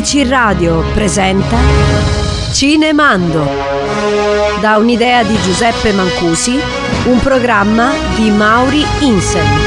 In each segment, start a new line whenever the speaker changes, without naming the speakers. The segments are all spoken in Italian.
ABC Radio presenta Cinemando. Da un'idea di Giuseppe Mancusi, un programma di Mauri Insen.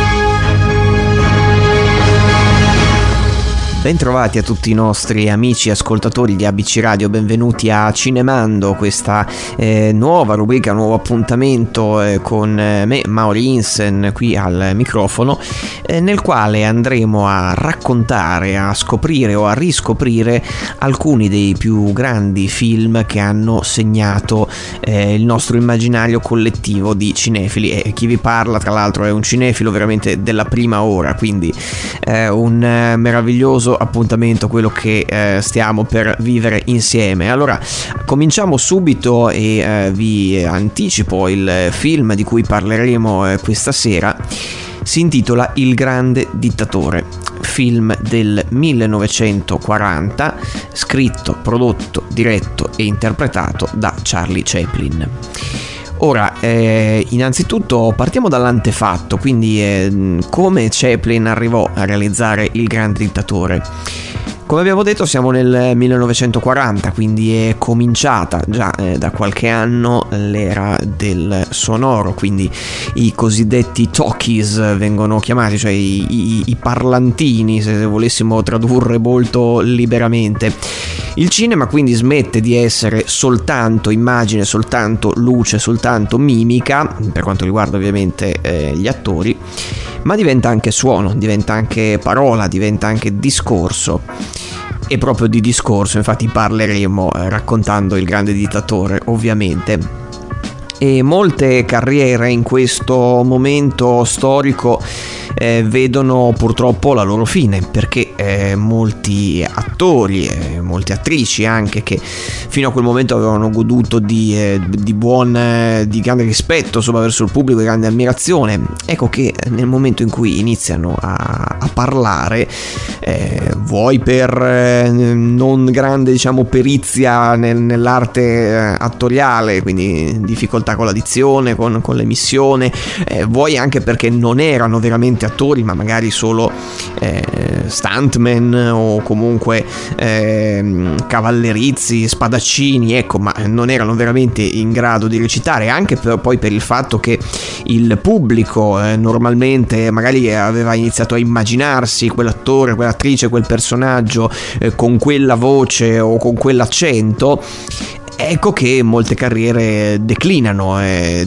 Bentrovati a tutti i nostri amici ascoltatori di ABC Radio, benvenuti a Cinemando, questa nuova rubrica, nuovo appuntamento con me, Mauri Insen, qui al microfono, nel quale andremo a raccontare, a scoprire o a riscoprire alcuni dei più grandi film che hanno segnato il nostro immaginario collettivo di cinefili. E chi vi parla, tra l'altro, è un cinefilo veramente della prima ora, quindi un meraviglioso appuntamento quello che stiamo per vivere insieme. Allora, cominciamo subito e vi anticipo il film di cui parleremo questa sera. Si intitola Il grande dittatore, film del 1940, scritto, prodotto, diretto e interpretato da Charlie Chaplin. Ora, innanzitutto partiamo dall'antefatto, quindi come Chaplin arrivò a realizzare Il grande dittatore. Come abbiamo detto, siamo nel 1940, quindi è cominciata già da qualche anno l'era del sonoro, quindi i cosiddetti talkies vengono chiamati, cioè i parlantini, se volessimo tradurre molto liberamente. Il cinema quindi smette di essere soltanto immagine, soltanto luce, soltanto mimica, per quanto riguarda ovviamente gli attori, ma diventa anche suono, diventa anche parola, diventa anche discorso. E proprio di discorso infatti parleremo raccontando Il grande dittatore, ovviamente. E molte carriere in questo momento storico vedono purtroppo la loro fine, perché molti attori, molte attrici anche, che fino a quel momento avevano goduto di grande rispetto, insomma, verso il pubblico, di grande ammirazione, ecco che nel momento in cui iniziano a parlare, vuoi per non grande, diciamo, perizia nell'arte attoriale, quindi difficoltà con la dizione, con l'emissione, vuoi anche perché non erano veramente attori, ma magari solo stuntman o comunque cavallerizzi, spadaccini, ecco, ma non erano veramente in grado di recitare, anche poi per il fatto che il pubblico normalmente magari aveva iniziato a immaginarsi quell'attore, quell'attrice, quel personaggio con quella voce o con quell'accento. Ecco che molte carriere declinano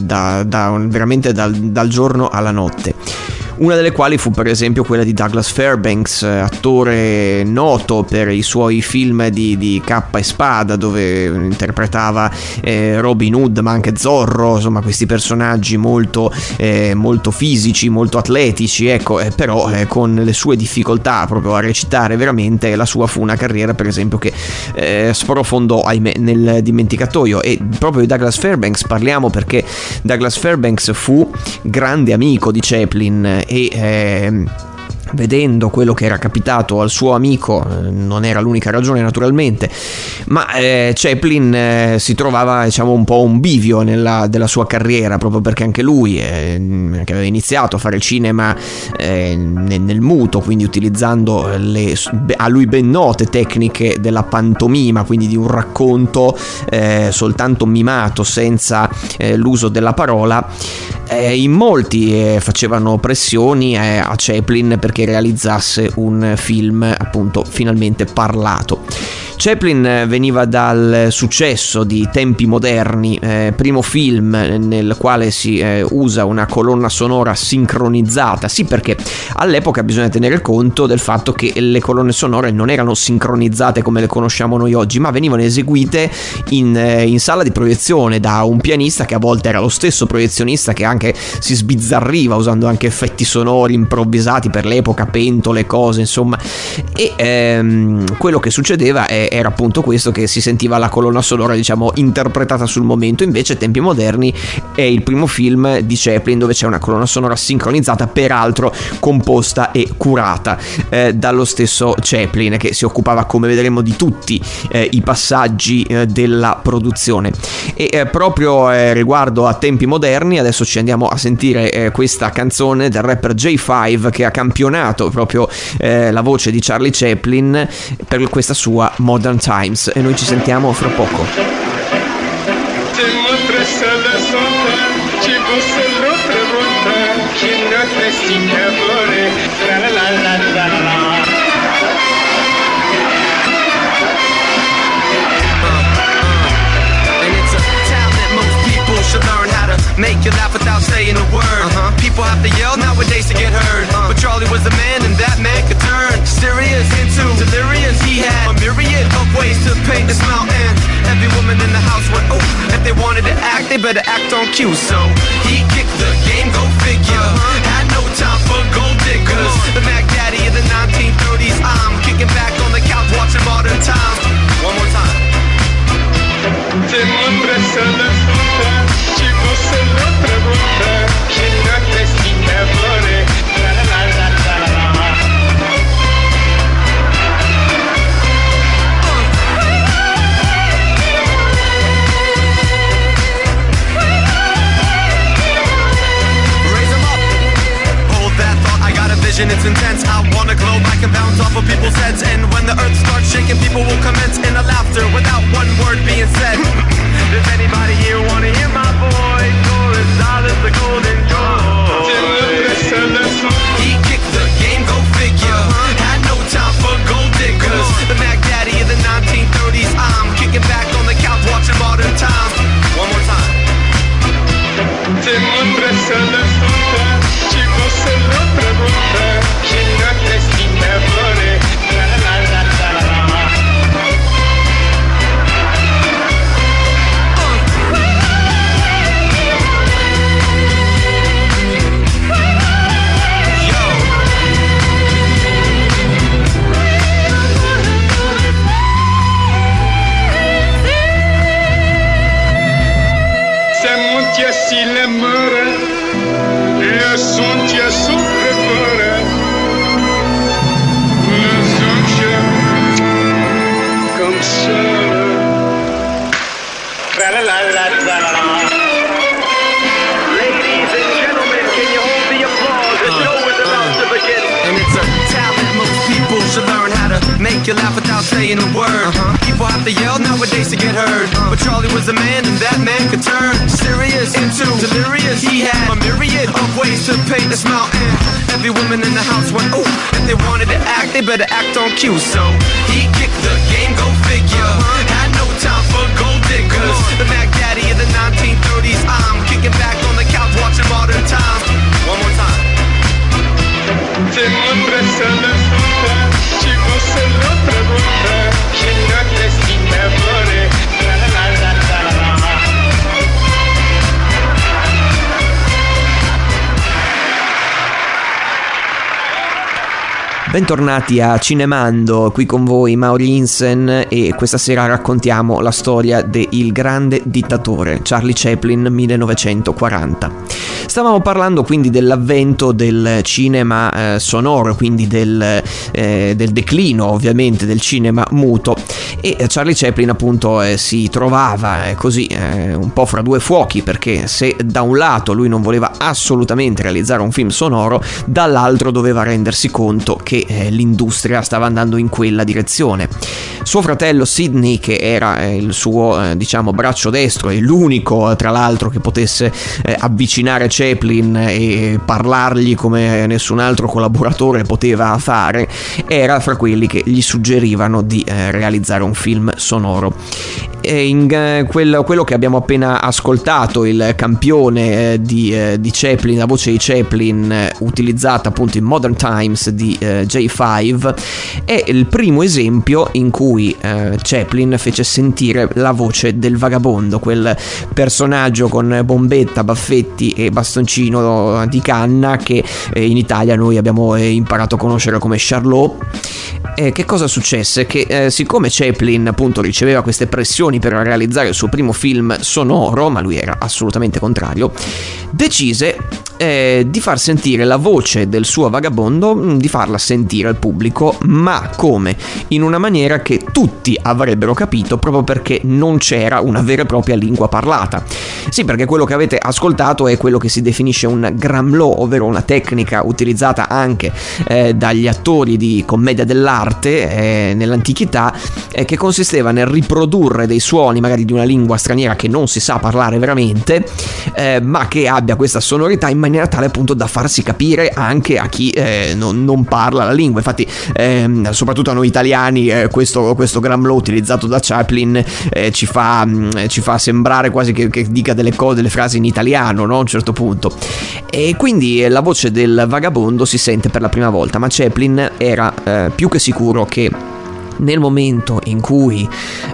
veramente dal giorno alla notte. Una delle quali fu per esempio quella di Douglas Fairbanks, attore noto per i suoi film di Cappa e Spada, dove interpretava Robin Hood, ma anche Zorro, insomma questi personaggi molto fisici, molto atletici, ecco, però con le sue difficoltà proprio a recitare veramente. La sua fu una carriera per esempio che sprofondò, ahimè, nel dimenticatoio. E proprio di Douglas Fairbanks parliamo perché Douglas Fairbanks fu grande amico di Chaplin e vedendo quello che era capitato al suo amico, non era l'unica ragione naturalmente, ma Chaplin si trovava, diciamo, un po' un bivio della sua carriera, proprio perché anche lui che aveva iniziato a fare cinema nel muto, quindi utilizzando a lui ben note tecniche della pantomima, quindi di un racconto soltanto mimato, senza l'uso della parola. In molti facevano pressioni a Chaplin perché realizzasse un film appunto finalmente parlato. Chaplin veniva dal successo di Tempi moderni, primo film nel quale si usa una colonna sonora sincronizzata. Sì, perché all'epoca bisogna tenere conto del fatto che le colonne sonore non erano sincronizzate come le conosciamo noi oggi, ma venivano eseguite in sala di proiezione da un pianista che a volte era lo stesso proiezionista, che anche si sbizzarriva usando anche effetti sonori improvvisati per l'epoca, pentole, cose, insomma. E quello che succedeva è era appunto questo, che si sentiva la colonna sonora, diciamo, interpretata sul momento. Invece Tempi moderni è il primo film di Chaplin dove c'è una colonna sonora sincronizzata, peraltro composta e curata dallo stesso Chaplin, che si occupava, come vedremo, di tutti i passaggi della produzione. E proprio riguardo a Tempi moderni, adesso ci andiamo a sentire questa canzone del rapper J5, che ha campionato proprio la voce di Charlie Chaplin per questa sua Modern Times, e noi ci sentiamo fra poco.
Should learn how to make you laugh without saying a word. People have to yell nowadays to get heard. But Charlie was a man, and that man could turn serious into delirious. He had a myriad of ways to paint this mountain. Every woman in the house went, oh, if they wanted to act, they better act on cue. So he kicked the game, go figure. Had no time for gold diggers. The Mac Daddy of the 1930s. I'm kicking back on the couch watching Modern Times. One more time. Te mândresc la fruta și o să le preguntă și nu te schimbe flore. La la la la la la la. Raise 'em up. Hold that thought, I got a vision, it's intense. I want a globe I can bounce off of people's heads. And when the earth starts shaking, people will commence in a laughter without one word being said. Does anybody here want to hear my voice? Chorus, silence, the golden joy. He kicked the game, go figure. Had no time for gold diggers. The Mac Daddy of the 1930s. I'm kicking back on the couch watching Modern Times. One more time. Te mândresc la fruta și o să le preguntă și nu te schimbe flore. La la la la la la. Si le mără, le sunt ce suflet fără, le sunt ce cum să la la la la la la. Ladies and gentlemen, can you hold the applause? The show is about to begin. And it's a talent most people should learn how to make you laugh without saying a word. People have to yell nowadays to get heard. But Charlie was a man, and that man could turn serious into delirious. He had a myriad of ways to paint this mountain. Every woman in the house went, oh, if they wanted to act, they better act on cue. So he kicked the game, go figure. Had no time for gold diggers. The Mac Daddy of the 1930s. I'm kicking back on the couch watching Modern Times. One more time. Te mândresc la fruta și o să le preguntă și nu te schimbe flore. La la la la la la la.
Bentornati a Cinemando, qui con voi Mauri Insen, e questa sera raccontiamo la storia del grande dittatore Charlie Chaplin 1940. Stavamo parlando quindi dell'avvento del cinema sonoro, quindi del declino ovviamente del cinema muto, e Charlie Chaplin appunto si trovava così un po' fra due fuochi, perché se da un lato lui non voleva assolutamente realizzare un film sonoro, dall'altro doveva rendersi conto che l'industria stava andando in quella direzione. Suo fratello Sidney, che era il suo diciamo braccio destro e l'unico tra l'altro che potesse avvicinare Chaplin e parlargli come nessun altro collaboratore poteva fare, era fra quelli che gli suggerivano di realizzare un film sonoro. E in quello che abbiamo appena ascoltato, il campione di Chaplin, la voce di Chaplin utilizzata appunto in Modern Times di J5, è il primo esempio in cui Chaplin fece sentire la voce del vagabondo, quel personaggio con bombetta, baffetti e bastoncino di canna che in Italia noi abbiamo imparato a conoscere come Charlot. Che cosa successe? Che siccome Chaplin appunto riceveva queste pressioni per realizzare il suo primo film sonoro, ma lui era assolutamente contrario, decise di far sentire la voce del suo vagabondo, di farla sentire al pubblico, ma come? In una maniera che tutti avrebbero capito, proprio perché non c'era una vera e propria lingua parlata. Sì, perché quello che avete ascoltato è quello che si definisce un Gramlot, ovvero una tecnica utilizzata anche dagli attori di commedia dell'arte nell'antichità, che consisteva nel riprodurre dei suoni magari di una lingua straniera che non si sa parlare veramente, ma che abbia questa sonorità in maniera tale appunto da farsi capire anche a chi non parla la lingua. Infatti soprattutto a noi italiani questo Gramlot utilizzato da Chaplin ci fa sembrare quasi che dica delle cose, delle frasi in italiano, no? A un certo punto. E quindi la voce del vagabondo si sente per la prima volta, ma Chaplin era più che sicuro che nel momento in cui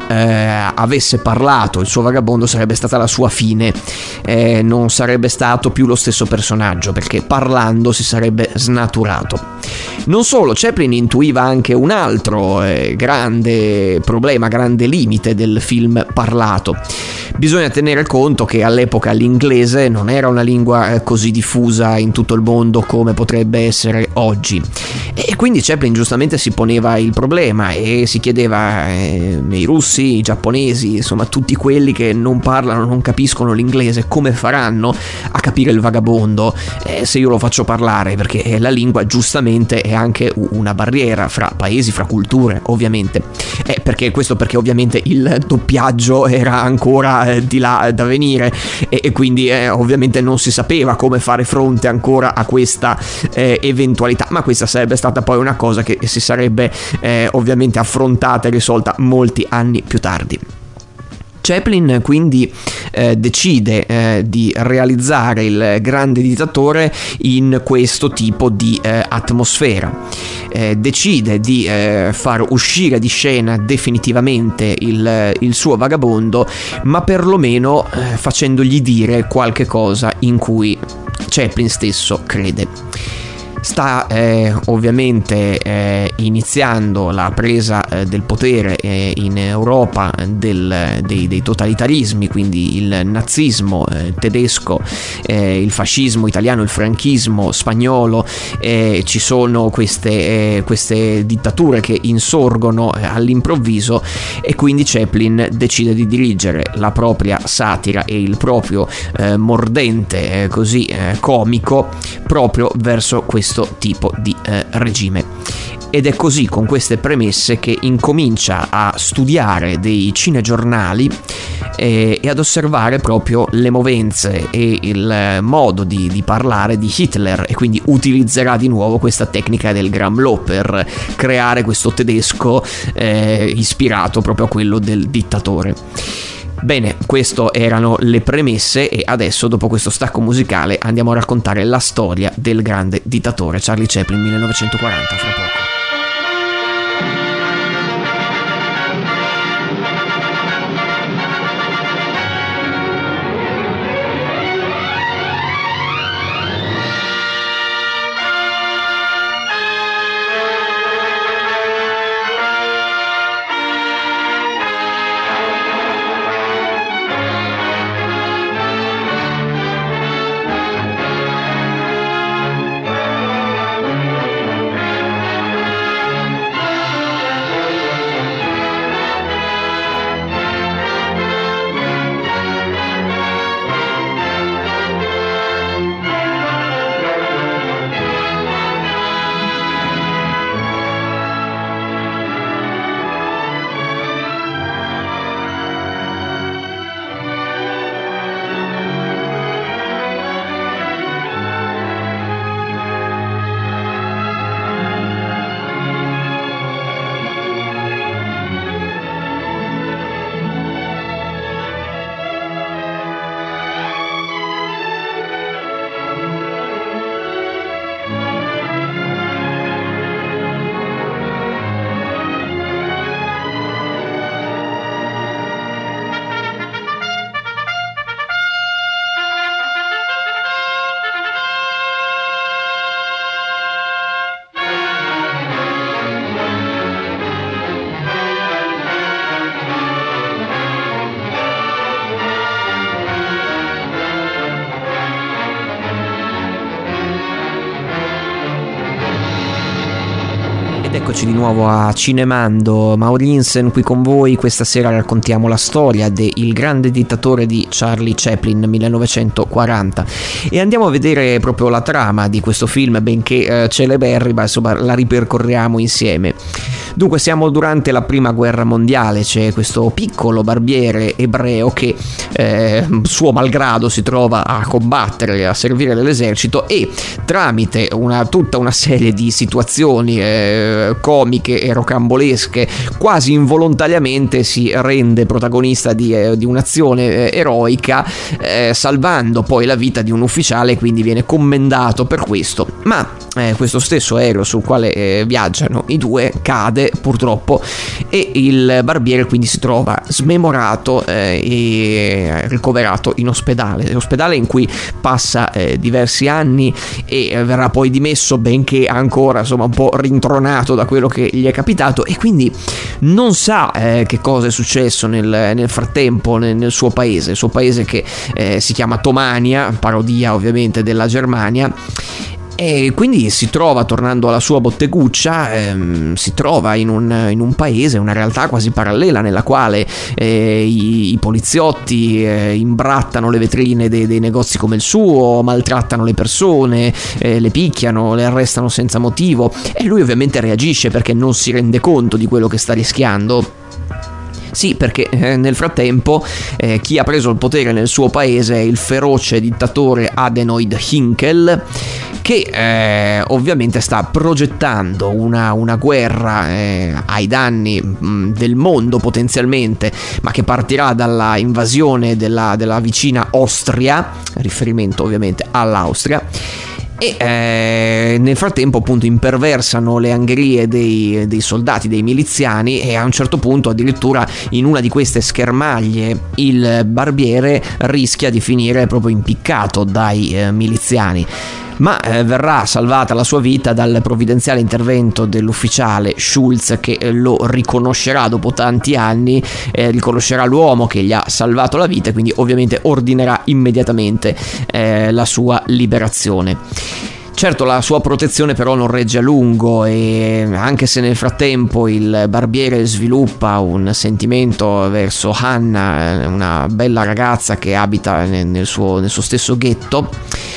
avesse parlato il suo vagabondo sarebbe stata la sua fine, non sarebbe stato più lo stesso personaggio, perché parlando si sarebbe snaturato. Non solo, Chaplin intuiva anche un altro grande problema, grande limite del film parlato. Bisogna tenere conto che all'epoca l'inglese non era una lingua così diffusa in tutto il mondo come potrebbe essere oggi, e quindi Chaplin giustamente si poneva il problema e si chiedeva i russi, i giapponesi, insomma tutti quelli che non parlano, non capiscono l'inglese, come faranno a capire il vagabondo se io lo faccio parlare, perché la lingua giustamente è anche una barriera fra paesi, fra culture, ovviamente. Perché ovviamente il doppiaggio era ancora di là da venire, e quindi ovviamente non si sapeva come fare fronte ancora a questa eventualità, ma questa sarebbe stata poi una cosa che si sarebbe ovviamente affrontata e risolta molti anni più tardi. Chaplin quindi decide di realizzare il grande dittatore in questo tipo di atmosfera. Decide di far uscire di scena definitivamente il suo vagabondo, ma perlomeno facendogli dire qualche cosa in cui Chaplin stesso crede. Sta ovviamente iniziando la presa del potere in Europa dei totalitarismi, quindi il nazismo tedesco, il fascismo italiano, il franchismo spagnolo. Ci sono queste dittature che insorgono all'improvviso, e quindi Chaplin decide di dirigere la propria satira e il proprio mordente comico proprio verso questo tipo di regime. Ed è così, con queste premesse, che incomincia a studiare dei cinegiornali e ad osservare proprio le movenze e il modo di parlare di Hitler, e quindi utilizzerà di nuovo questa tecnica del Gramlot per creare questo tedesco ispirato proprio a quello del dittatore. Bene, queste erano le premesse, e adesso, dopo questo stacco musicale, andiamo a raccontare la storia del grande dittatore Charlie Chaplin, 1940, fra poco. Eccoci di nuovo a Cinemando, Mauri Insel qui con voi. Questa sera raccontiamo la storia de Il grande dittatore di Charlie Chaplin 1940 e andiamo a vedere proprio la trama di questo film, benché celeberrima, insomma la ripercorriamo insieme. Dunque siamo durante la prima guerra mondiale, c'è questo piccolo barbiere ebreo che suo malgrado si trova a combattere, a servire nell'esercito e tramite tutta una serie di situazioni comiche e rocambolesche, quasi involontariamente si rende protagonista di un'azione eroica, salvando poi la vita di un ufficiale, quindi viene commendato per questo. Ma questo stesso aereo sul quale viaggiano i due cade purtroppo e il barbiere quindi si trova smemorato e ricoverato in ospedale in cui passa diversi anni e verrà poi dimesso, benché ancora insomma un po' rintronato da quello che gli è capitato, e quindi non sa che cosa è successo nel frattempo nel suo paese, il suo paese che si chiama Tomania, parodia ovviamente della Germania. E quindi si trova, tornando alla sua botteguccia, si trova in un paese, una realtà quasi parallela, nella quale i poliziotti imbrattano le vetrine dei negozi come il suo, maltrattano le persone, le picchiano, le arrestano senza motivo, e lui ovviamente reagisce perché non si rende conto di quello che sta rischiando. Sì, perché nel frattempo chi ha preso il potere nel suo paese è il feroce dittatore Adenoid Hynkel, che ovviamente sta progettando una guerra ai danni del mondo potenzialmente, ma che partirà dalla invasione della vicina Austria, riferimento ovviamente all'Austria. E nel frattempo appunto imperversano le angherie dei soldati, dei miliziani, e a un certo punto addirittura in una di queste schermaglie il barbiere rischia di finire proprio impiccato dai miliziani. Ma verrà salvata la sua vita dal provvidenziale intervento dell'ufficiale Schulz, che lo riconoscerà dopo tanti anni, riconoscerà l'uomo che gli ha salvato la vita e quindi ovviamente ordinerà immediatamente la sua liberazione. Certo, la sua protezione però non regge a lungo, e anche se nel frattempo il barbiere sviluppa un sentimento verso Hannah, una bella ragazza che abita nel suo stesso ghetto,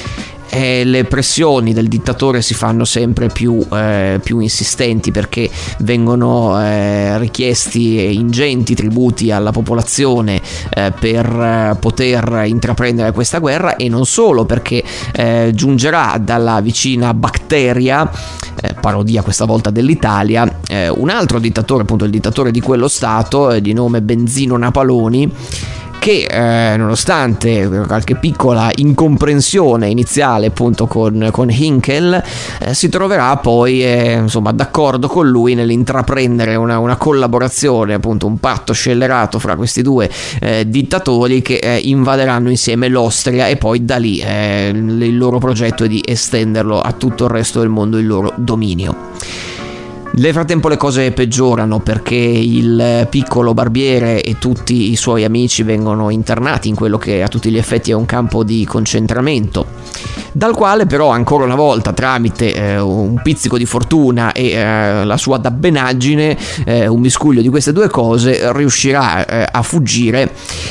le pressioni del dittatore si fanno sempre più insistenti, perché vengono richiesti ingenti tributi alla popolazione per poter intraprendere questa guerra, e non solo, perché giungerà dalla vicina Bacteria, parodia questa volta dell'Italia, un altro dittatore, appunto il dittatore di quello stato, di nome Benzino Napaloni, che nonostante qualche piccola incomprensione iniziale appunto con Hynkel, si troverà poi insomma d'accordo con lui nell'intraprendere una collaborazione, appunto un patto scellerato fra questi due dittatori, che invaderanno insieme l'Austria, e poi da lì il loro progetto è di estenderlo a tutto il resto del mondo, il loro dominio. Nel frattempo le cose peggiorano, perché il piccolo barbiere e tutti i suoi amici vengono internati in quello che a tutti gli effetti è un campo di concentramento, dal quale però ancora una volta, tramite un pizzico di fortuna e la sua dabbenaggine, un miscuglio di queste due cose, riuscirà a fuggire.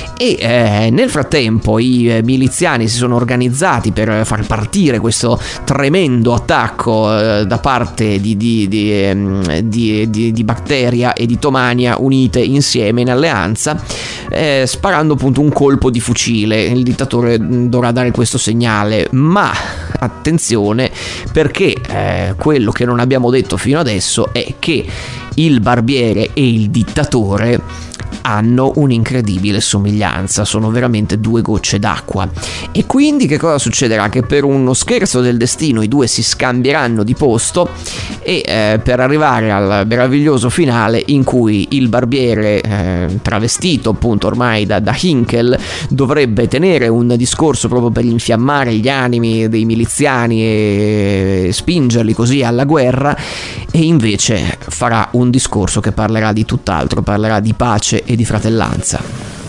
E nel frattempo i miliziani si sono organizzati per far partire questo tremendo attacco da parte di Bacteria e di Tomania, unite insieme in alleanza, sparando appunto un colpo di fucile. Il dittatore dovrà dare questo segnale, ma attenzione, perché quello che non abbiamo detto fino adesso è che il barbiere e il dittatore hanno un'incredibile somiglianza, sono veramente due gocce d'acqua. E quindi che cosa succederà? Che per uno scherzo del destino i due si scambieranno di posto, e per arrivare al meraviglioso finale in cui il barbiere, travestito appunto ormai da Hynkel, dovrebbe tenere un discorso proprio per infiammare gli animi dei miliziani e spingerli così alla guerra, e invece farà un discorso che parlerà di tutt'altro, parlerà di pace e di fratellanza.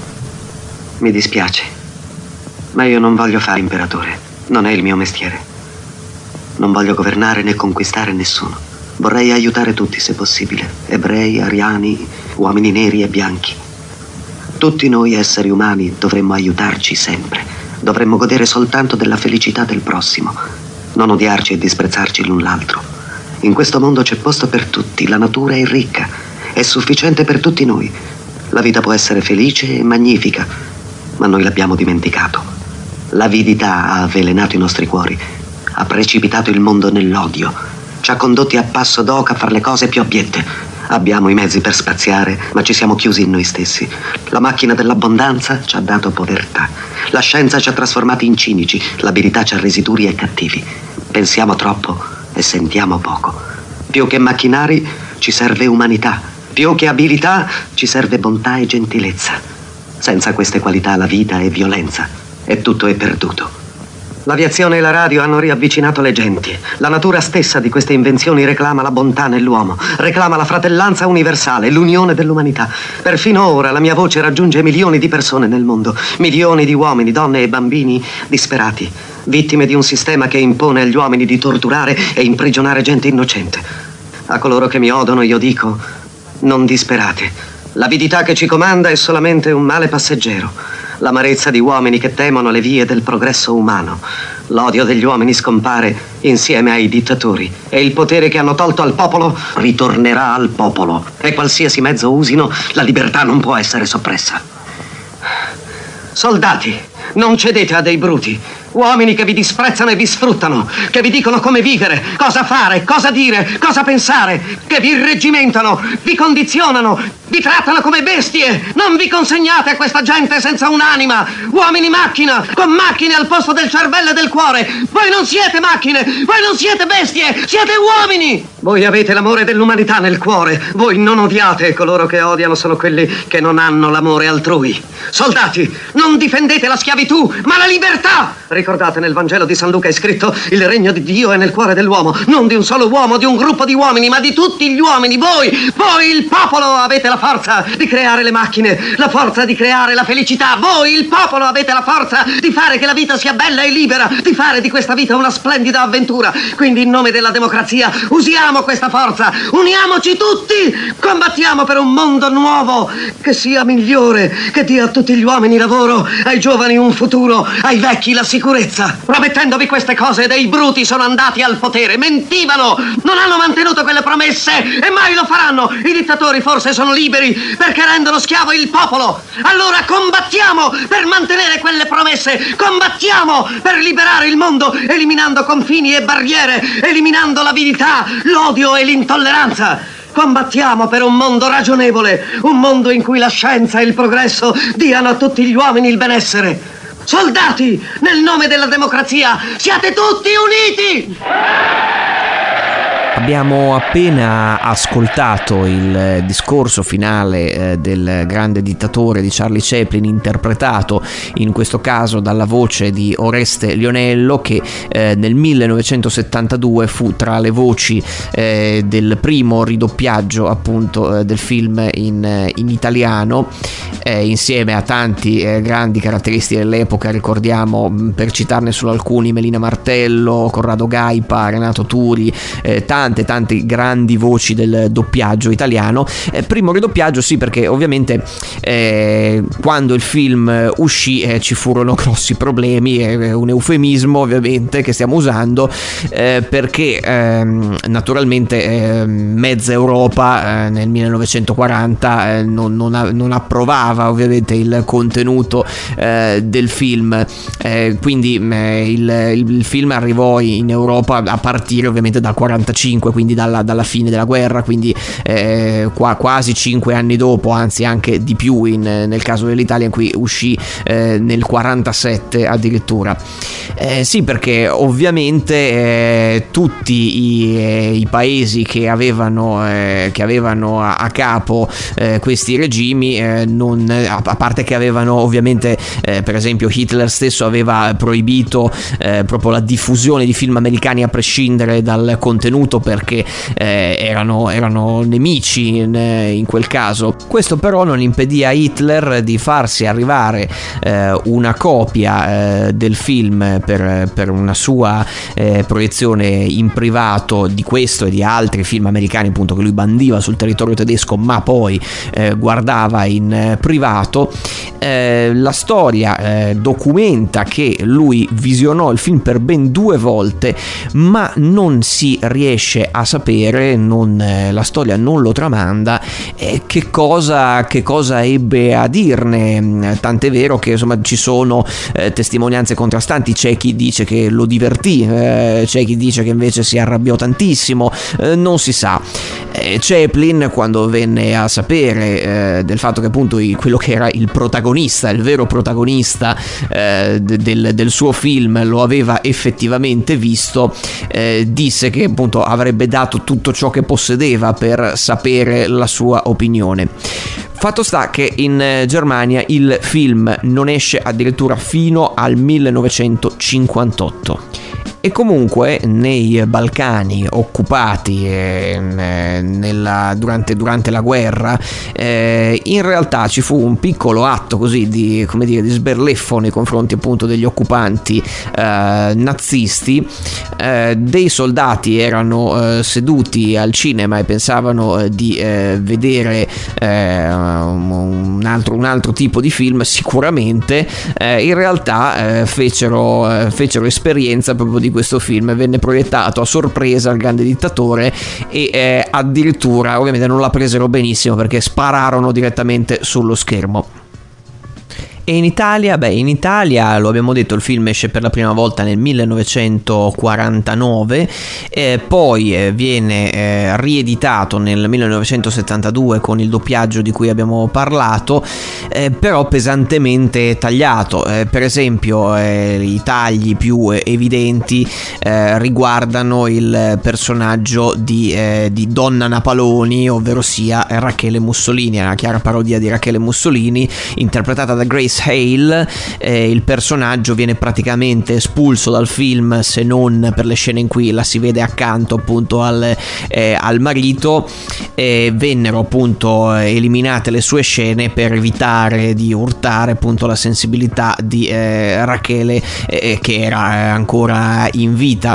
Mi dispiace, ma io non voglio fare imperatore, non è il mio mestiere. Non voglio governare né conquistare nessuno. Vorrei aiutare tutti se possibile, ebrei, ariani, uomini neri e bianchi. Tutti noi esseri umani dovremmo aiutarci sempre. Dovremmo godere soltanto della felicità del prossimo, non odiarci e disprezzarci l'un l'altro. In questo mondo c'è posto per tutti, la natura è ricca, è sufficiente per tutti noi. La vita può essere felice e magnifica, ma noi l'abbiamo dimenticato. L'avidità ha avvelenato i nostri cuori, ha precipitato il mondo nell'odio, ci ha condotti a passo d'oca a fare le cose più abiette. Abbiamo i mezzi per spaziare, ma ci siamo chiusi in noi stessi. La macchina dell'abbondanza ci ha dato povertà. La scienza ci ha trasformati in cinici, l'abilità ci ha resi duri e cattivi. Pensiamo troppo e sentiamo poco. Più che macchinari ci serve umanità, più che abilità ci serve bontà e gentilezza. Senza queste qualità la vita è violenza e tutto è perduto. L'aviazione e la radio hanno riavvicinato le genti. La natura stessa di queste invenzioni reclama la bontà nell'uomo, reclama la fratellanza universale, l'unione dell'umanità. Perfino ora la mia voce raggiunge milioni di persone nel mondo, milioni di uomini, donne e bambini disperati, vittime di un sistema che impone agli uomini di torturare e imprigionare gente innocente. A coloro che mi odono io dico: non disperate. L'avidità che ci comanda è solamente un male passeggero. L'amarezza di uomini che temono le vie del progresso umano. L'odio degli uomini scompare insieme ai dittatori e il potere che hanno tolto al popolo ritornerà al popolo. E qualsiasi mezzo usino, la libertà non può essere soppressa. Soldati, non cedete a dei bruti. Uomini che vi disprezzano e vi sfruttano, che vi dicono come vivere, cosa fare, cosa dire, cosa pensare, che vi irreggimentano, vi condizionano, vi trattano come bestie. Non vi consegnate a questa gente senza un'anima. Uomini macchina, con macchine al posto del cervello e del cuore. Voi non siete macchine, voi non siete bestie, siete uomini. Voi avete l'amore dell'umanità nel cuore. Voi non odiate, coloro che odiano sono quelli che non hanno l'amore altrui. Soldati, non difendete la schiavitù, ma la libertà. Ricordate, nel Vangelo di San Luca è scritto: il regno di Dio è nel cuore dell'uomo, non di un solo uomo, di un gruppo di uomini, ma di tutti gli uomini. Voi, il popolo, avete la forza di creare le macchine, la forza di creare la felicità. Voi, il popolo, avete la forza di fare che la vita sia bella e libera, di fare di questa vita una splendida avventura. Quindi, in nome della democrazia, usiamo questa forza, uniamoci tutti, combattiamo per un mondo nuovo, che sia migliore, che dia a tutti gli uomini lavoro, ai giovani un futuro, ai vecchi la sicurezza. Promettendovi queste cose, dei bruti sono andati al potere, mentivano, non hanno mantenuto quelle promesse e mai lo faranno. I dittatori forse sono liberi perché rendono schiavo il popolo. Allora combattiamo per mantenere quelle promesse, combattiamo per liberare il mondo, eliminando confini e barriere, eliminando l'avidità, l'odio e l'intolleranza. Combattiamo per un mondo ragionevole, un mondo in cui la scienza e il progresso diano a tutti gli uomini il benessere. Soldati, nel nome della democrazia, siate tutti uniti!
Abbiamo appena ascoltato il discorso finale del grande dittatore di Charlie Chaplin, interpretato in questo caso dalla voce di Oreste Lionello, che nel 1972 fu tra le voci del primo ridoppiaggio appunto del film in italiano, insieme a tanti grandi caratteristi dell'epoca. Ricordiamo, per citarne solo alcuni, Melina Martello, Corrado Gaipa, Renato Turi, tante grandi voci del doppiaggio italiano. Primo ridoppiaggio sì, perché ovviamente quando il film uscì ci furono grossi problemi, è un eufemismo ovviamente che stiamo usando, perché naturalmente mezza Europa nel 1940 non approvava ovviamente il contenuto del film, quindi il film arrivò in Europa a partire ovviamente dal 45, quindi dalla fine della guerra, quindi quasi 5 anni dopo, anzi anche di più nel caso dell'Italia, in cui uscì nel 47 addirittura. Sì, perché ovviamente tutti i paesi che avevano a capo questi regimi non a parte che avevano ovviamente per esempio Hitler stesso aveva proibito proprio la diffusione di film americani a prescindere dal contenuto, perché erano nemici in quel caso. Questo però non impedì a Hitler di farsi arrivare una copia del film per una sua proiezione in privato di questo e di altri film americani, appunto, che lui bandiva sul territorio tedesco ma poi guardava in privato. La storia documenta che lui visionò il film per ben 2 volte, ma non si riesce a sapere, la storia non lo tramanda, che cosa ebbe a dirne, tant'è vero che insomma ci sono testimonianze contrastanti. C'è chi dice che lo divertì, c'è chi dice che invece si arrabbiò tantissimo, non si sa. Chaplin, quando venne a sapere del fatto che appunto quello che era il vero protagonista del suo film lo aveva effettivamente visto, disse che appunto avrebbe dato tutto ciò che possedeva per sapere la sua opinione. Fatto sta che in Germania il film non esce addirittura fino al 1958. E comunque nei Balcani occupati durante la guerra, in realtà ci fu un piccolo atto così di sberleffo nei confronti appunto degli occupanti nazisti. Dei soldati erano seduti al cinema e pensavano di vedere un altro tipo di film. Sicuramente in realtà fecero esperienza proprio di questo film. Venne proiettato a sorpresa al grande dittatore e addirittura ovviamente non la presero benissimo perché spararono direttamente sullo schermo. E in Italia, lo abbiamo detto, il film esce per la prima volta nel 1949, poi viene rieditato nel 1972 con il doppiaggio di cui abbiamo parlato, però pesantemente tagliato. Per esempio i tagli più evidenti riguardano il personaggio di Donna Napaloni, ovvero sia Rachele Mussolini. È una chiara parodia di Rachele Mussolini interpretata da Grace Hale. Il personaggio viene praticamente espulso dal film, se non per le scene in cui la si vede accanto appunto al marito. Vennero appunto eliminate le sue scene per evitare di urtare appunto la sensibilità di Rachele, che era ancora in vita.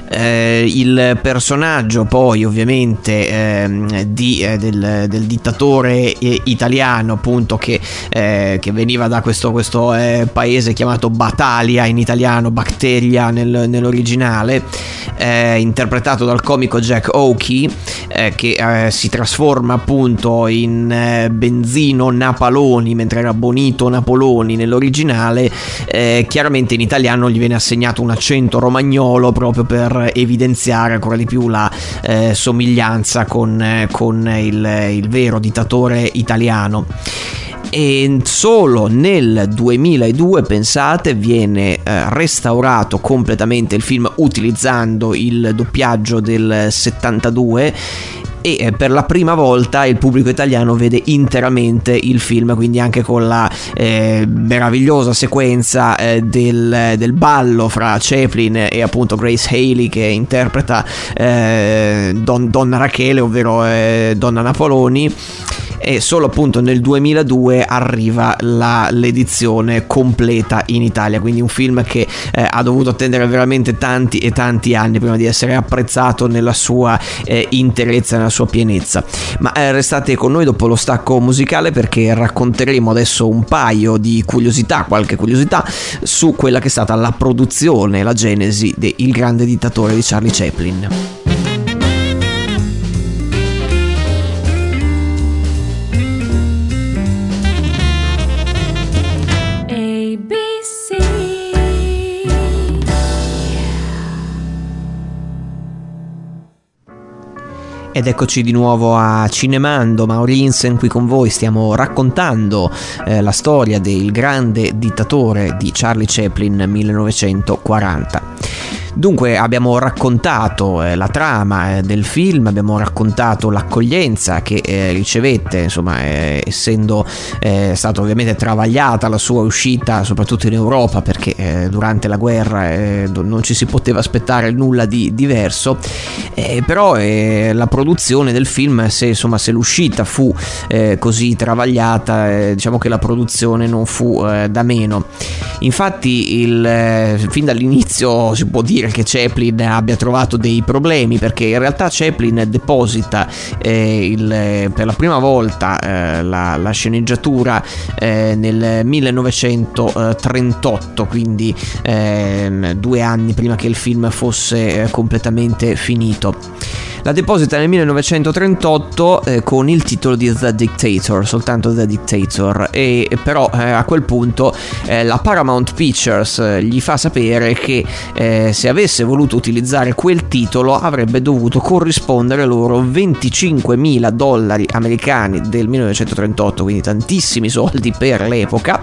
Il personaggio poi ovviamente del dittatore italiano, appunto, che veniva da questo paese chiamato Batalia, in italiano Bacteria nell'originale, interpretato dal comico Jack Oakie, che si trasforma appunto in Benzino Napaloni mentre era Bonito Napoloni nell'originale. Chiaramente in italiano gli viene assegnato un accento romagnolo proprio per evidenziare ancora di più la somiglianza con il vero dittatore italiano. E solo nel 2002, pensate, viene restaurato completamente il film utilizzando il doppiaggio del 72, e per la prima volta il pubblico italiano vede interamente il film, quindi anche con la meravigliosa sequenza del ballo fra Chaplin e appunto Grace Hale, che interpreta Donna Rachele, ovvero Donna Napoloni. E solo appunto nel 2002 arriva l'edizione completa in Italia, quindi un film che ha dovuto attendere veramente tanti e tanti anni prima di essere apprezzato nella sua interezza, nella sua pienezza. Ma restate con noi dopo lo stacco musicale, perché racconteremo adesso un paio di qualche curiosità su quella che è stata la produzione, la genesi de Il grande dittatore di Charlie Chaplin. Ed eccoci di nuovo a Cinemando, Mauri Insel qui con voi. Stiamo raccontando la storia del grande dittatore di Charlie Chaplin 1940. Dunque abbiamo raccontato la trama del film, abbiamo raccontato l'accoglienza che ricevette, insomma, essendo stata ovviamente travagliata la sua uscita soprattutto in Europa, perché durante la guerra non ci si poteva aspettare nulla di diverso, però la produzione del film, se l'uscita fu così travagliata, diciamo che la produzione non fu da meno. Infatti fin dall'inizio si può dire che Chaplin abbia trovato dei problemi, perché in realtà Chaplin deposita per la prima volta la sceneggiatura nel 1938, quindi 2 anni prima che il film fosse completamente finito. La deposita nel 1938 con il titolo di The Dictator, soltanto The Dictator, e però a quel punto la Paramount Pictures gli fa sapere che se avesse voluto utilizzare quel titolo avrebbe dovuto corrispondere loro $25.000 americani del 1938, quindi tantissimi soldi per l'epoca,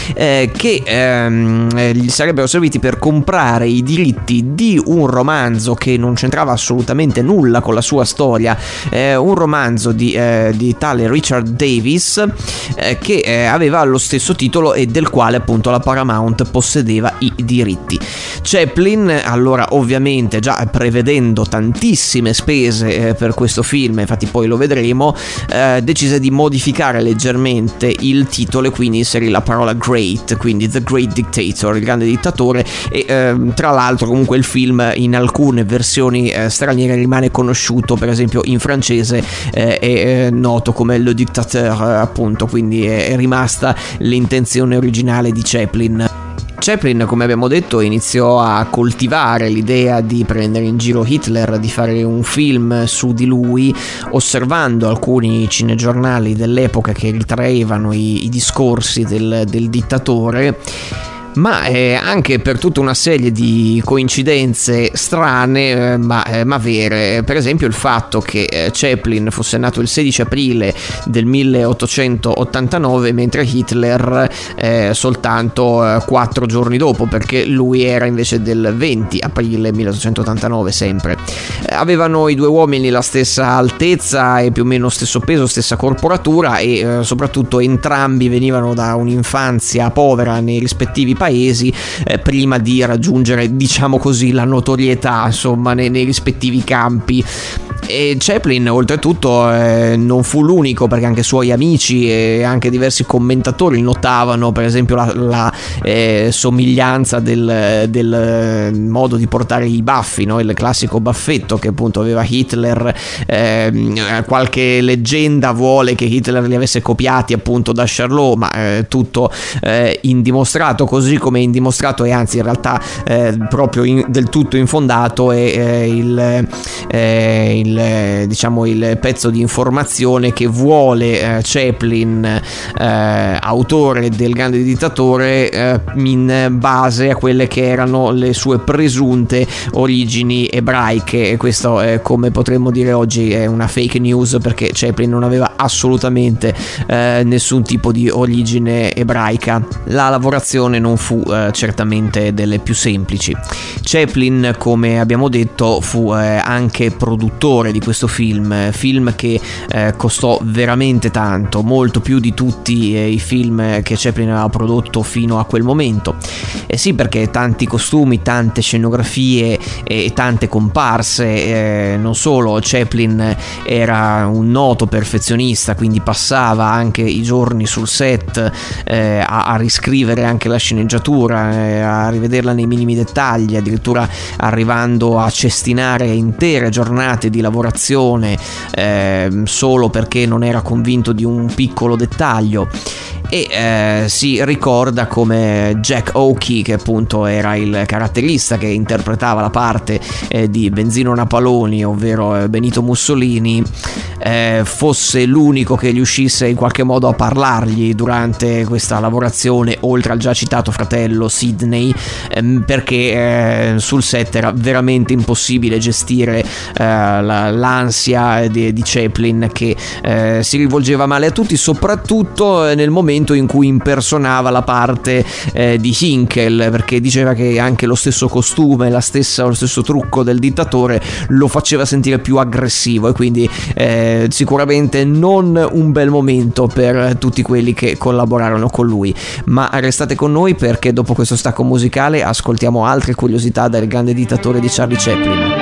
che gli sarebbero serviti per comprare i diritti di un romanzo che non c'entrava assolutamente nulla con la sua storia, un romanzo di tale Richard Davis che aveva lo stesso titolo e del quale appunto la Paramount possedeva i diritti. Chaplin allora, ovviamente già prevedendo tantissime spese per questo film, infatti poi lo vedremo, decise di modificare leggermente il titolo e quindi inserì la parola great, quindi The Great Dictator, il grande dittatore, e tra l'altro comunque il film in alcune versioni straniere rimane conosciuto, per esempio in francese è noto come Le Dictateur, appunto, quindi è rimasta l'intenzione originale di Chaplin. Chaplin, come abbiamo detto, iniziò a coltivare l'idea di prendere in giro Hitler, di fare un film su di lui, osservando alcuni cinegiornali dell'epoca che ritraevano i discorsi del dittatore, ma anche per tutta una serie di coincidenze strane ma vere. Per esempio il fatto che Chaplin fosse nato il 16 aprile del 1889 mentre Hitler soltanto 4 giorni dopo, perché lui era invece del 20 aprile 1889 sempre. Avevano i due uomini la stessa altezza e più o meno stesso peso, stessa corporatura, e soprattutto entrambi venivano da un'infanzia povera nei rispettivi paesi prima di raggiungere, diciamo così, la notorietà, insomma, nei rispettivi campi. E Chaplin oltretutto non fu l'unico, perché anche suoi amici e anche diversi commentatori notavano per esempio la somiglianza del modo di portare i baffi, no? Il classico baffetto che appunto aveva Hitler. Qualche leggenda vuole che Hitler li avesse copiati appunto da Charlot, ma tutto indimostrato, così come indimostrato, e anzi in realtà proprio del tutto infondato è il pezzo di informazione che vuole Chaplin, autore del grande dittatore, in base a quelle che erano le sue presunte origini ebraiche. E questo, come potremmo dire oggi, è una fake news, perché Chaplin non aveva assolutamente nessun tipo di origine ebraica. La lavorazione non fu certamente delle più semplici. Chaplin, come abbiamo detto, fu anche produttore di questo film che costò veramente tanto, molto più di tutti i film che Chaplin aveva prodotto fino a quel momento. Sì, perché tanti costumi, tante scenografie e tante comparse. Non solo, Chaplin era un noto perfezionista, quindi passava anche i giorni sul set a riscrivere anche la sceneggiatura, a rivederla nei minimi dettagli, addirittura arrivando a cestinare intere giornate di lavorazione solo perché non era convinto di un piccolo dettaglio. E si ricorda come Jack Oakey, che appunto era il caratterista che interpretava la parte di Benzino Napaloni, ovvero Benito Mussolini, fosse l'unico che riuscisse in qualche modo a parlargli durante questa lavorazione, oltre al già citato fratello Sidney, perché sul set era veramente impossibile gestire l'ansia di Chaplin, che si rivolgeva male a tutti, soprattutto nel momento momento in cui impersonava la parte di Hinkel, perché diceva che anche lo stesso costume, lo stesso trucco del dittatore lo faceva sentire più aggressivo, e quindi sicuramente non un bel momento per tutti quelli che collaborarono con lui. Ma restate con noi, perché dopo questo stacco musicale ascoltiamo altre curiosità del grande dittatore di Charlie Chaplin.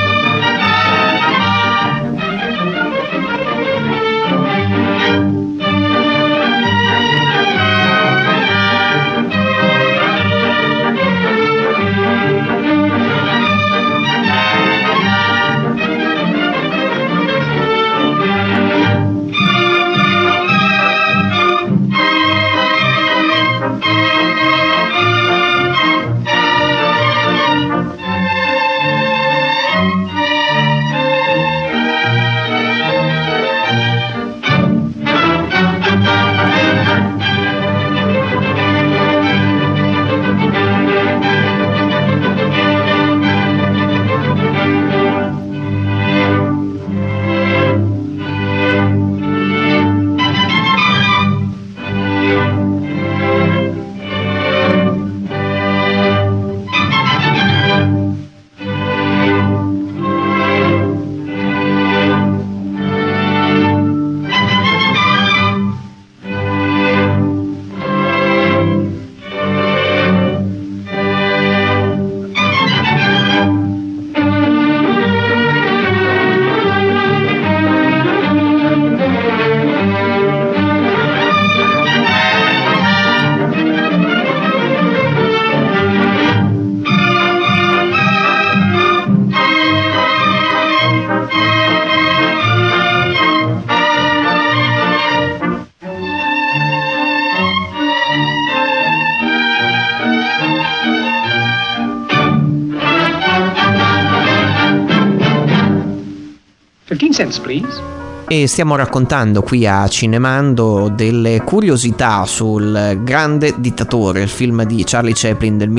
Cents, please.
E stiamo raccontando qui a Cinemando delle curiosità sul grande dittatore, il film di Charlie Chaplin del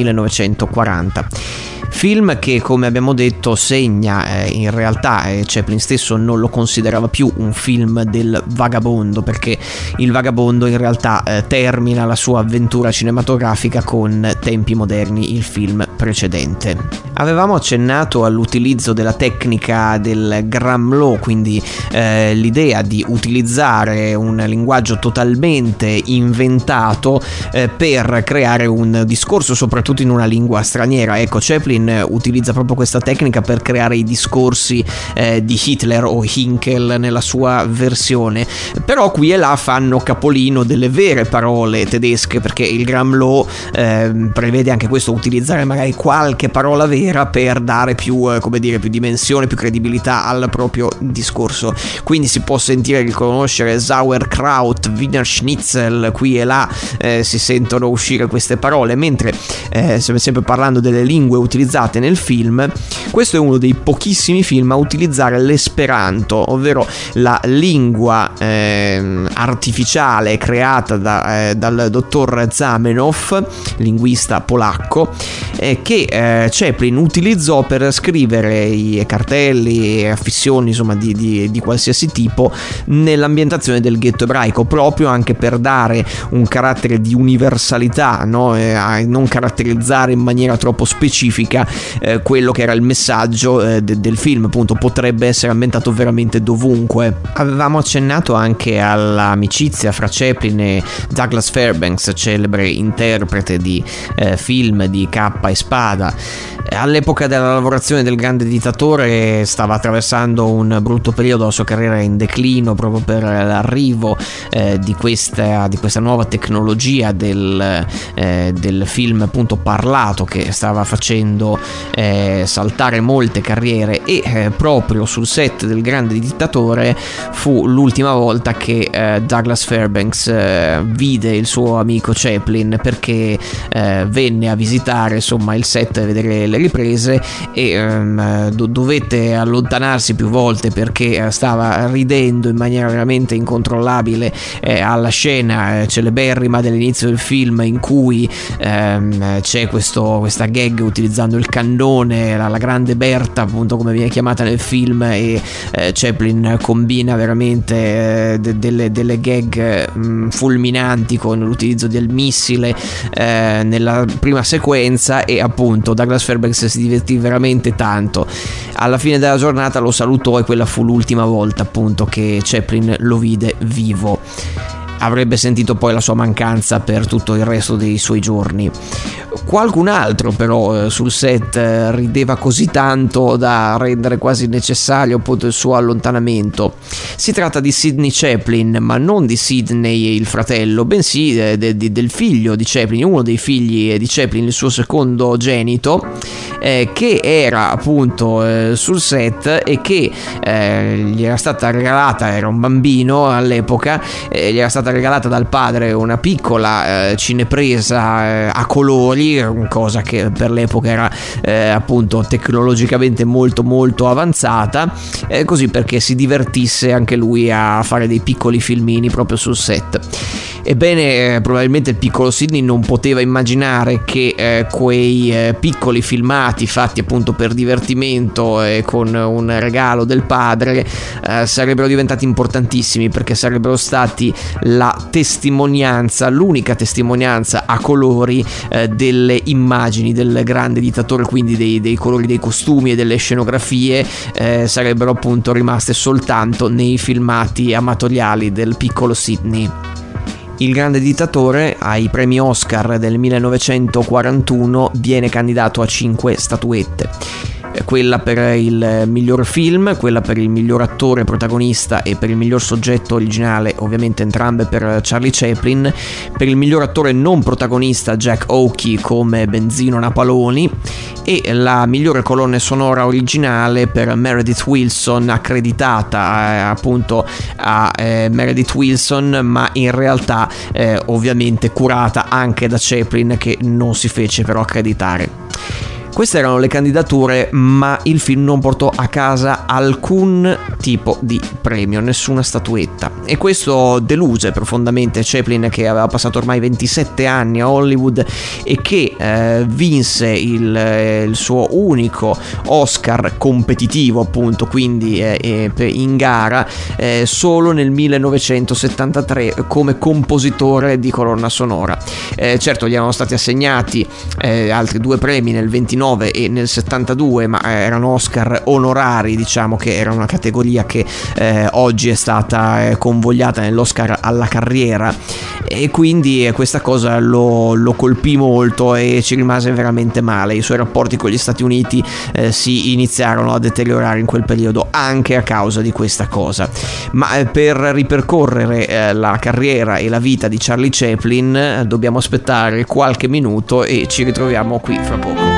1940. Film che, come abbiamo detto, segna in realtà Chaplin stesso non lo considerava più un film del vagabondo, perché il vagabondo in realtà termina la sua avventura cinematografica con Tempi moderni, il film precedente. Avevamo accennato all'utilizzo della tecnica del Gramlow, quindi l'idea di utilizzare un linguaggio totalmente inventato per creare un discorso, soprattutto in una lingua straniera. Ecco, Chaplin utilizza proprio questa tecnica per creare i discorsi di Hitler o Hinkel nella sua versione, però qui e là fanno capolino delle vere parole tedesche, perché il Gramlow prevede anche questo, utilizzare magari qualche parola vera per dare più più dimensione, più credibilità al proprio discorso. Quindi si può sentire riconoscere Sauerkraut, Wiener Schnitzel, qui e là si sentono uscire queste parole, mentre stiamo sempre parlando delle lingue utilizzate nel film. Questo è uno dei pochissimi film a utilizzare l'esperanto, ovvero la lingua artificiale creata dal dottor Zamenhof, linguista polacco, che Chaplin utilizzò per scrivere i cartelli e affissioni, insomma, di qualsiasi tipo nell'ambientazione del ghetto ebraico, proprio anche per dare un carattere di universalità, no? Non caratterizzare in maniera troppo specifica quello che era il messaggio del film. Appunto, potrebbe essere ambientato veramente dovunque. Avevamo accennato anche all'amicizia fra Chaplin e Douglas Fairbanks, celebre interprete di film di cappa e spada. All'epoca della lavorazione del grande dittatore stava attraversando un brutto periodo, la sua carriera era in declino proprio per l'arrivo di questa nuova tecnologia del film appunto parlato, che stava facendo saltare molte carriere, e proprio sul set del grande dittatore fu l'ultima volta che Douglas Fairbanks vide il suo amico Chaplin, perché venne a visitare, insomma, il set e vedere le delle riprese e dovette allontanarsi più volte perché stava ridendo in maniera veramente incontrollabile alla scena celeberrima dell'inizio del film in cui c'è questa gag utilizzando il cannone, la grande Berta appunto come viene chiamata nel film, e Chaplin combina veramente delle gag fulminanti con l'utilizzo del missile nella prima sequenza, e appunto Douglas Fairbanks si divertì veramente tanto. Alla fine della giornata lo salutò e quella fu l'ultima volta appunto che Chaplin lo vide vivo. Avrebbe sentito poi la sua mancanza per tutto il resto dei suoi giorni. Qualcun altro però sul set rideva così tanto da rendere quasi necessario appunto il suo allontanamento. Si tratta di Sidney Chaplin, ma non di Sidney il fratello, bensì del figlio di Chaplin, uno dei figli di Chaplin, il suo secondogenito, che era appunto sul set e che gli era stata regalata, era un bambino all'epoca, gli era stata regalata dal padre una piccola cinepresa a colori, cosa che per l'epoca era appunto tecnologicamente molto molto avanzata, così perché si divertisse anche lui a fare dei piccoli filmini proprio sul set. Ebbene, probabilmente il piccolo Sidney non poteva immaginare che quei piccoli filmati fatti appunto per divertimento e con un regalo del padre sarebbero diventati importantissimi, perché sarebbero stati la testimonianza, l'unica testimonianza a colori delle immagini del grande dittatore, quindi dei colori dei costumi e delle scenografie sarebbero appunto rimaste soltanto nei filmati amatoriali del piccolo Sidney. Il grande dittatore ai premi Oscar del 1941 viene candidato a 5 statuette. Quella per il miglior film, quella per il miglior attore protagonista e per il miglior soggetto originale, ovviamente entrambe per Charlie Chaplin, per il miglior attore non protagonista Jack Oakey come Benzino Napaloni, e la migliore colonna sonora originale per Meredith Willson, accreditata appunto a Meredith Willson, ma in realtà ovviamente curata anche da Chaplin, che non si fece però accreditare. Queste erano le candidature, ma il film non portò a casa alcun tipo di premio, nessuna statuetta, e questo deluse profondamente Chaplin, che aveva passato ormai 27 anni a Hollywood e che vinse il suo unico Oscar competitivo appunto, quindi in gara, solo nel 1973 come compositore di colonna sonora. Certo, gli erano stati assegnati altri 2 premi nel 29 e nel 72, ma erano Oscar onorari, diciamo che era una categoria che oggi è stata convogliata nell'Oscar alla carriera, e quindi questa cosa lo colpì molto e ci rimase veramente male. I suoi rapporti con gli Stati Uniti si iniziarono a deteriorare in quel periodo anche a causa di questa cosa. Ma per ripercorrere la carriera e la vita di Charlie Chaplin dobbiamo aspettare qualche minuto e ci ritroviamo qui fra poco.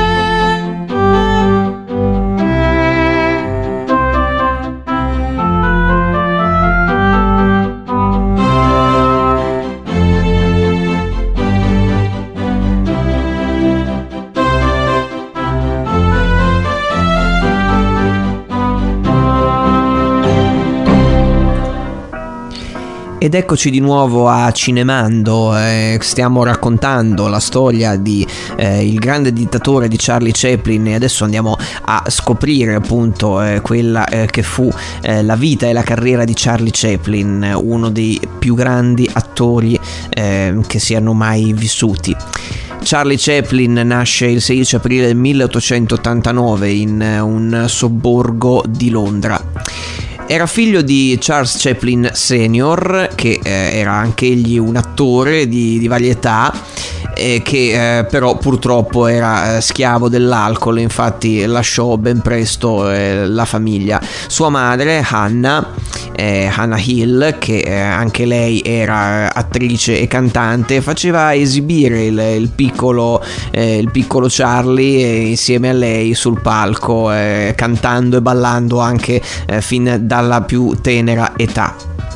Ed eccoci di nuovo a Cinemando, stiamo raccontando la storia di il grande dittatore di Charlie Chaplin, e adesso andiamo a scoprire appunto quella che fu la vita e la carriera di Charlie Chaplin, uno dei più grandi attori che siano mai vissuti. Charlie Chaplin nasce il 16 aprile del 1889 in un sobborgo di Londra. Era figlio di Charles Chaplin Senior, che era anch'egli un attore di varietà, che però purtroppo era schiavo dell'alcol, infatti lasciò ben presto la famiglia. Sua madre, Hannah Hill, che anche lei era attrice e cantante, faceva esibire il piccolo Charlie insieme a lei sul palco, cantando e ballando anche fin dalla più tenera età.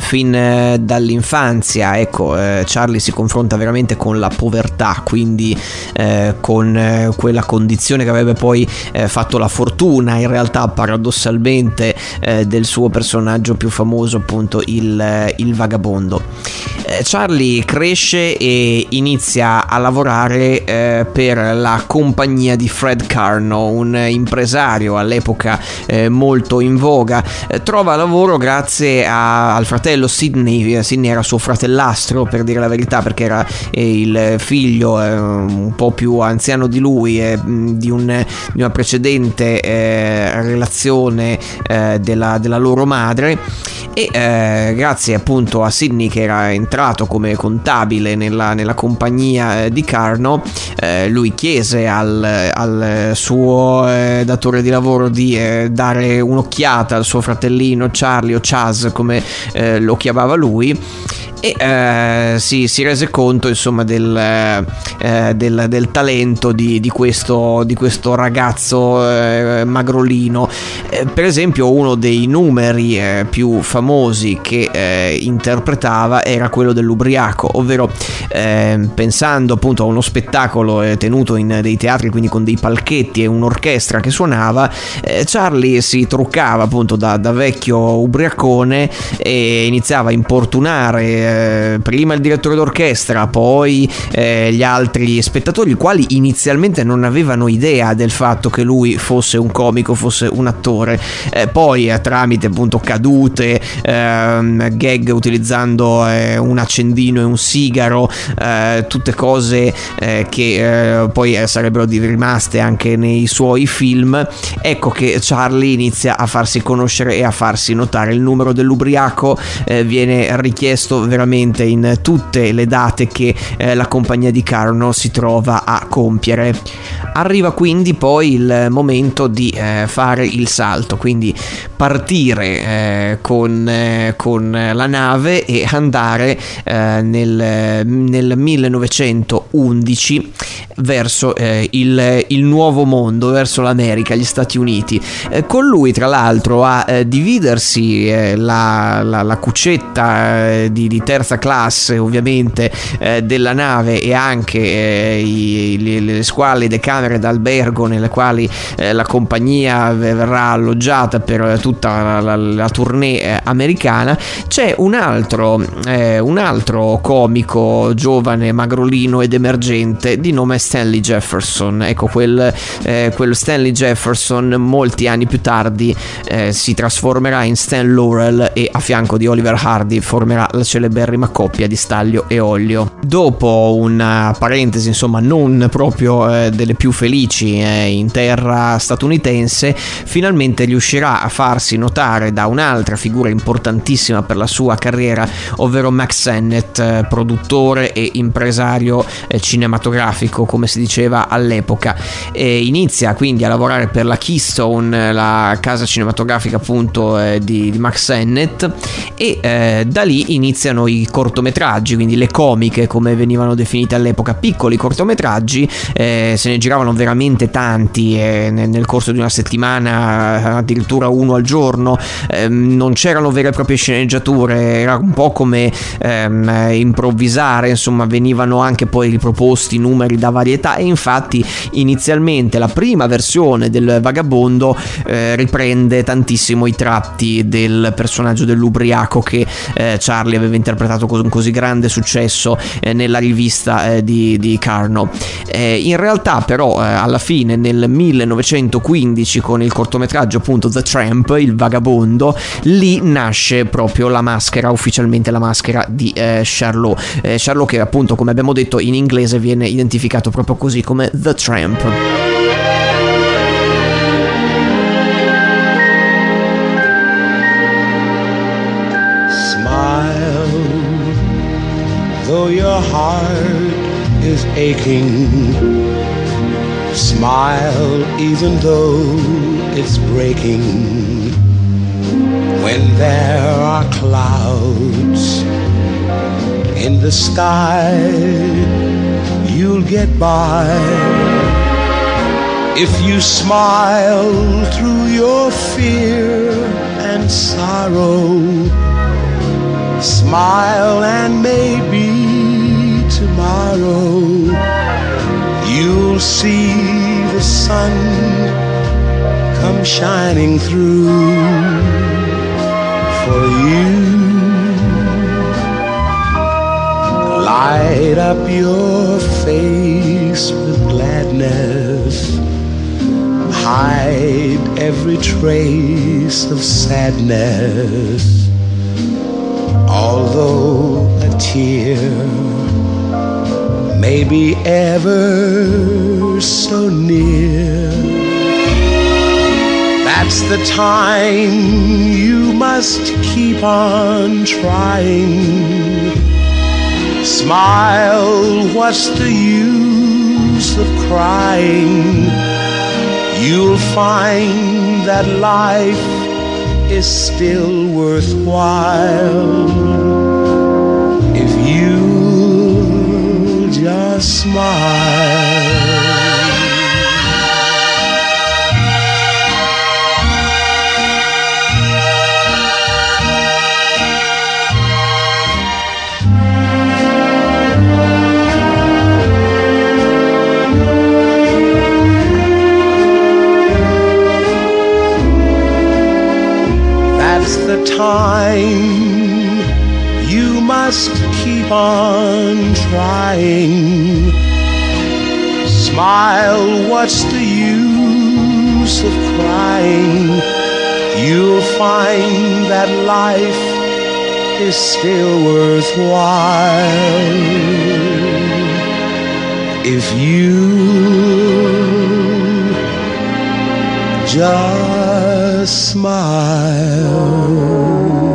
fin dall'infanzia. Ecco, Charlie si confronta veramente con la povertà, quindi con quella condizione che avrebbe poi fatto la fortuna, in realtà paradossalmente, del suo personaggio più famoso, appunto il vagabondo. Charlie cresce e inizia a lavorare per la compagnia di Fred Karno, un impresario all'epoca molto in voga. Trova lavoro grazie al fratello Sidney. Sidney era suo fratellastro, per dire la verità, perché era il figlio un po' più anziano di lui, di una precedente relazione della loro madre, e grazie appunto a Sidney, che era entrato come contabile nella compagnia di Karno, lui chiese al suo datore di lavoro di dare un'occhiata al suo fratellino Charlie, o Chaz come lo chiamava lui, e si rese conto, insomma, del talento di questo ragazzo magrolino. Per esempio, uno dei numeri più famosi che interpretava era quello dell'ubriaco, ovvero pensando appunto a uno spettacolo tenuto in dei teatri, quindi con dei palchetti e un'orchestra che suonava, Charlie si truccava appunto da vecchio ubriacone e iniziava a importunare prima il direttore d'orchestra, poi gli altri spettatori, i quali inizialmente non avevano idea del fatto che lui fosse un comico, fosse un attore. Poi tramite appunto cadute, gag utilizzando un accendino e un sigaro, tutte cose che poi sarebbero rimaste anche nei suoi film, ecco che Charlie inizia a farsi conoscere e a farsi notare. Il numero dell'ubriaco viene richiesto veramente in tutte le date che la compagnia di Karno si trova a compiere. Arriva quindi poi il momento di fare il salto, quindi partire con la nave e andare nel 1911 verso il nuovo mondo, verso l'America, gli Stati Uniti. Con lui, tra l'altro, a dividersi la cuccetta di terza classe, ovviamente, della nave, e anche le squalide, le camere d'albergo nelle quali la compagnia verrà alloggiata per tutta la tournée americana. C'è un altro comico giovane, magrolino ed emergente di nome Stanley Jefferson. Ecco, quello Stanley Jefferson molti anni più tardi si trasformerà in Stan Laurel e a fianco di Oliver Hardy formerà la celeberrima coppia di Staglio e Ollio. Dopo una parentesi, insomma, non proprio delle più felici in terra statunitense, finalmente riuscirà a farsi notare da un'altra figura importantissima per la sua carriera, ovvero Mack Sennett, produttore e impresario cinematografico, come si diceva all'epoca. Inizia quindi a lavorare per la Keystone, la casa cinematografica appunto di Mack Sennett, e da lì iniziano i cortometraggi, quindi le comiche, come venivano definite all'epoca, piccoli cortometraggi. Se ne giravano veramente tanti nel corso di una settimana, addirittura uno al giorno. Non c'erano vere e proprie sceneggiature, era un po' come improvvisare, insomma. Venivano anche poi riproposti numeri da varietà, e infatti inizialmente la prima versione del Vagabondo riprende tantissimo i tratti del personaggio dell'ubriaco che Charlie aveva interpretato con così grande successo nella rivista di Karno. In realtà però alla fine, nel 1915, con il cortometraggio appunto The Tramp, il Vagabondo, lì nasce proprio la maschera, ufficialmente la maschera di Charlot, che appunto, come abbiamo detto, in inglese viene identificato proprio così, come The Tramp.
Smile, though your heart is aching. Smile, even though it's breaking. When there are clouds in the sky, you'll get by. If you smile through your fear and sorrow, Smile and maybe tomorrow you'll see the sun come shining through for you. Light up your face with gladness, hide every trace of sadness. Although a tear may be ever so near, that's the time you must keep on trying. Smile, what's the use of crying? You'll find that life is still worthwhile if you just smile. The time you must keep on trying. Smile, what's the use of crying? You'll find that life is still worthwhile if you just smile.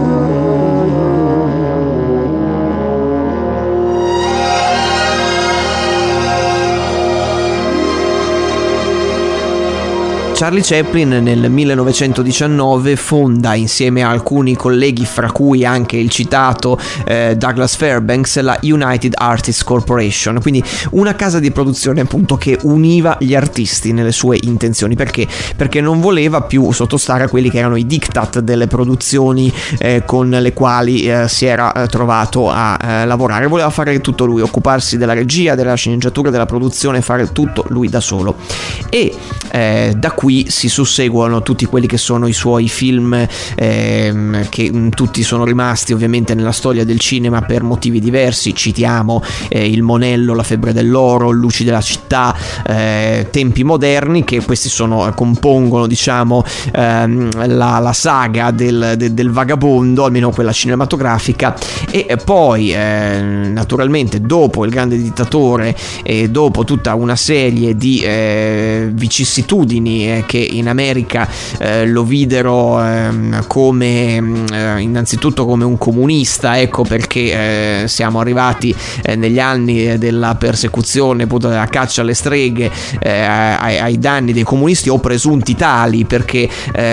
Charlie Chaplin nel 1919 fonda insieme a alcuni colleghi, fra cui anche il citato Douglas Fairbanks, la United Artists Corporation, quindi una casa di produzione appunto che univa gli artisti nelle sue intenzioni. Perché non voleva più sottostare a quelli che erano i diktat delle produzioni con le quali si era trovato a lavorare. Voleva fare tutto lui, occuparsi della regia, della sceneggiatura, della produzione, fare tutto lui da solo. E da qui si susseguono tutti quelli che sono i suoi film, che tutti sono rimasti ovviamente nella storia del cinema per motivi diversi. Citiamo Il Monello, La febbre dell'oro, Luci della città, Tempi moderni, che questi compongono diciamo la saga del vagabondo, almeno quella cinematografica. E poi naturalmente dopo Il grande dittatore e dopo tutta una serie di vicissitudini che in America lo videro come innanzitutto come un comunista, ecco perché siamo arrivati negli anni della persecuzione, appunto della caccia alle streghe, ai danni dei comunisti o presunti tali, perché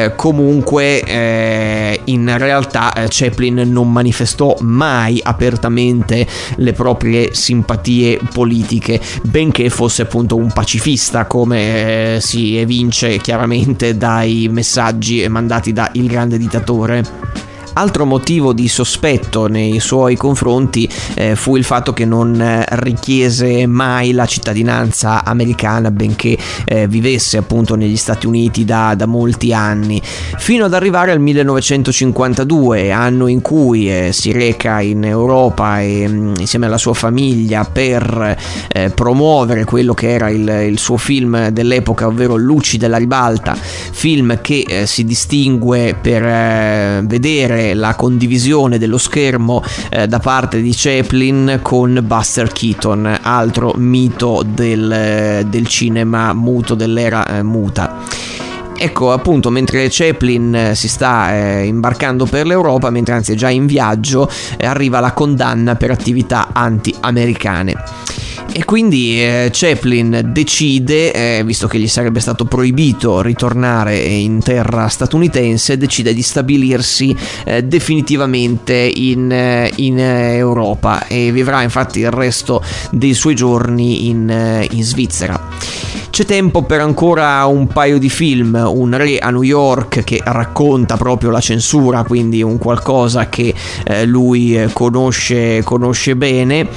comunque in realtà Chaplin non manifestò mai apertamente le proprie simpatie politiche, benché fosse appunto un pacifista, come si evince chiaramente dai messaggi mandati da Il grande dittatore. Altro motivo di sospetto nei suoi confronti fu il fatto che non richiese mai la cittadinanza americana, benché vivesse appunto negli Stati Uniti da molti anni, fino ad arrivare al 1952, anno in cui si reca in Europa insieme alla sua famiglia per promuovere quello che era il suo film dell'epoca, ovvero Luci della ribalta, film che si distingue per vedere la condivisione dello schermo da parte di Chaplin con Buster Keaton, altro mito del cinema muto, dell'era muta. Ecco, appunto, mentre Chaplin si sta imbarcando per l'Europa, mentre anzi è già in viaggio, arriva la condanna per attività anti-americane. E quindi Chaplin decide, visto che gli sarebbe stato proibito ritornare in terra statunitense, decide di stabilirsi definitivamente in Europa, e vivrà infatti il resto dei suoi giorni in Svizzera. C'è tempo per ancora un paio di film, Un re a New York, che racconta proprio la censura, quindi un qualcosa che lui conosce bene,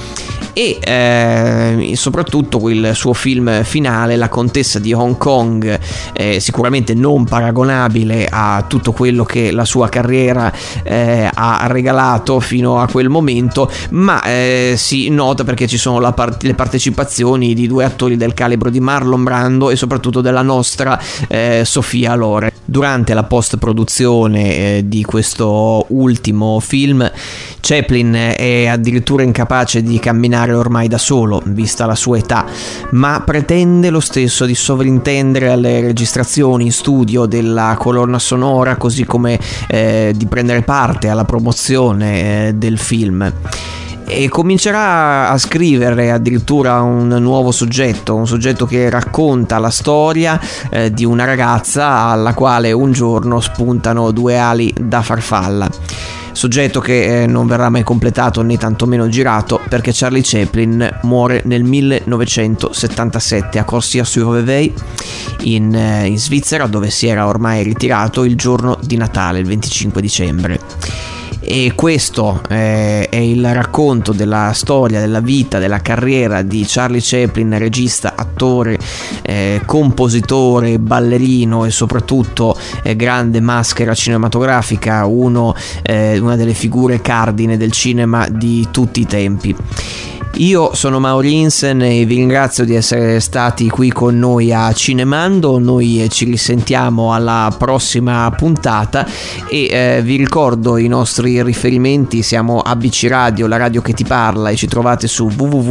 e soprattutto il suo film finale, La contessa di Hong Kong, sicuramente non paragonabile a tutto quello che la sua carriera ha regalato fino a quel momento, ma si nota perché ci sono le partecipazioni di due attori del calibro di Marlon Brando e soprattutto della nostra Sophia Loren. Durante la post-produzione di questo ultimo film, Chaplin è addirittura incapace di camminare ormai da solo, vista la sua età, ma pretende lo stesso di sovrintendere alle registrazioni in studio della colonna sonora, così come di prendere parte alla promozione del film. E comincerà a scrivere addirittura un nuovo soggetto, un soggetto che racconta la storia di una ragazza alla quale un giorno spuntano due ali da farfalla. Soggetto che non verrà mai completato né tantomeno girato, perché Charlie Chaplin muore nel 1977 a Coursières-sur-Vevey in Svizzera, dove si era ormai ritirato il giorno di Natale, il 25 dicembre. E questo è il racconto della storia, della vita, della carriera di Charlie Chaplin, regista, attore, compositore, ballerino e soprattutto grande maschera cinematografica, una delle figure cardine del cinema di tutti i tempi. Io sono Mauri Insen e vi ringrazio di essere stati qui con noi a Cinemando. Noi ci risentiamo alla prossima puntata e vi ricordo i nostri riferimenti. Siamo ABC Radio, la radio che ti parla, e ci trovate su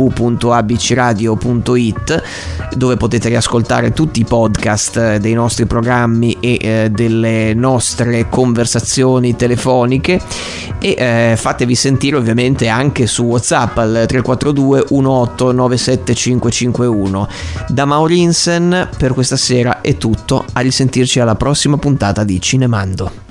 www.abcradio.it, dove potete riascoltare tutti i podcast dei nostri programmi e delle nostre conversazioni telefoniche, e fatevi sentire ovviamente anche su WhatsApp al 342 18 97 551. Da Mauri Insen per questa sera è tutto, a risentirci alla prossima puntata di Cinemando.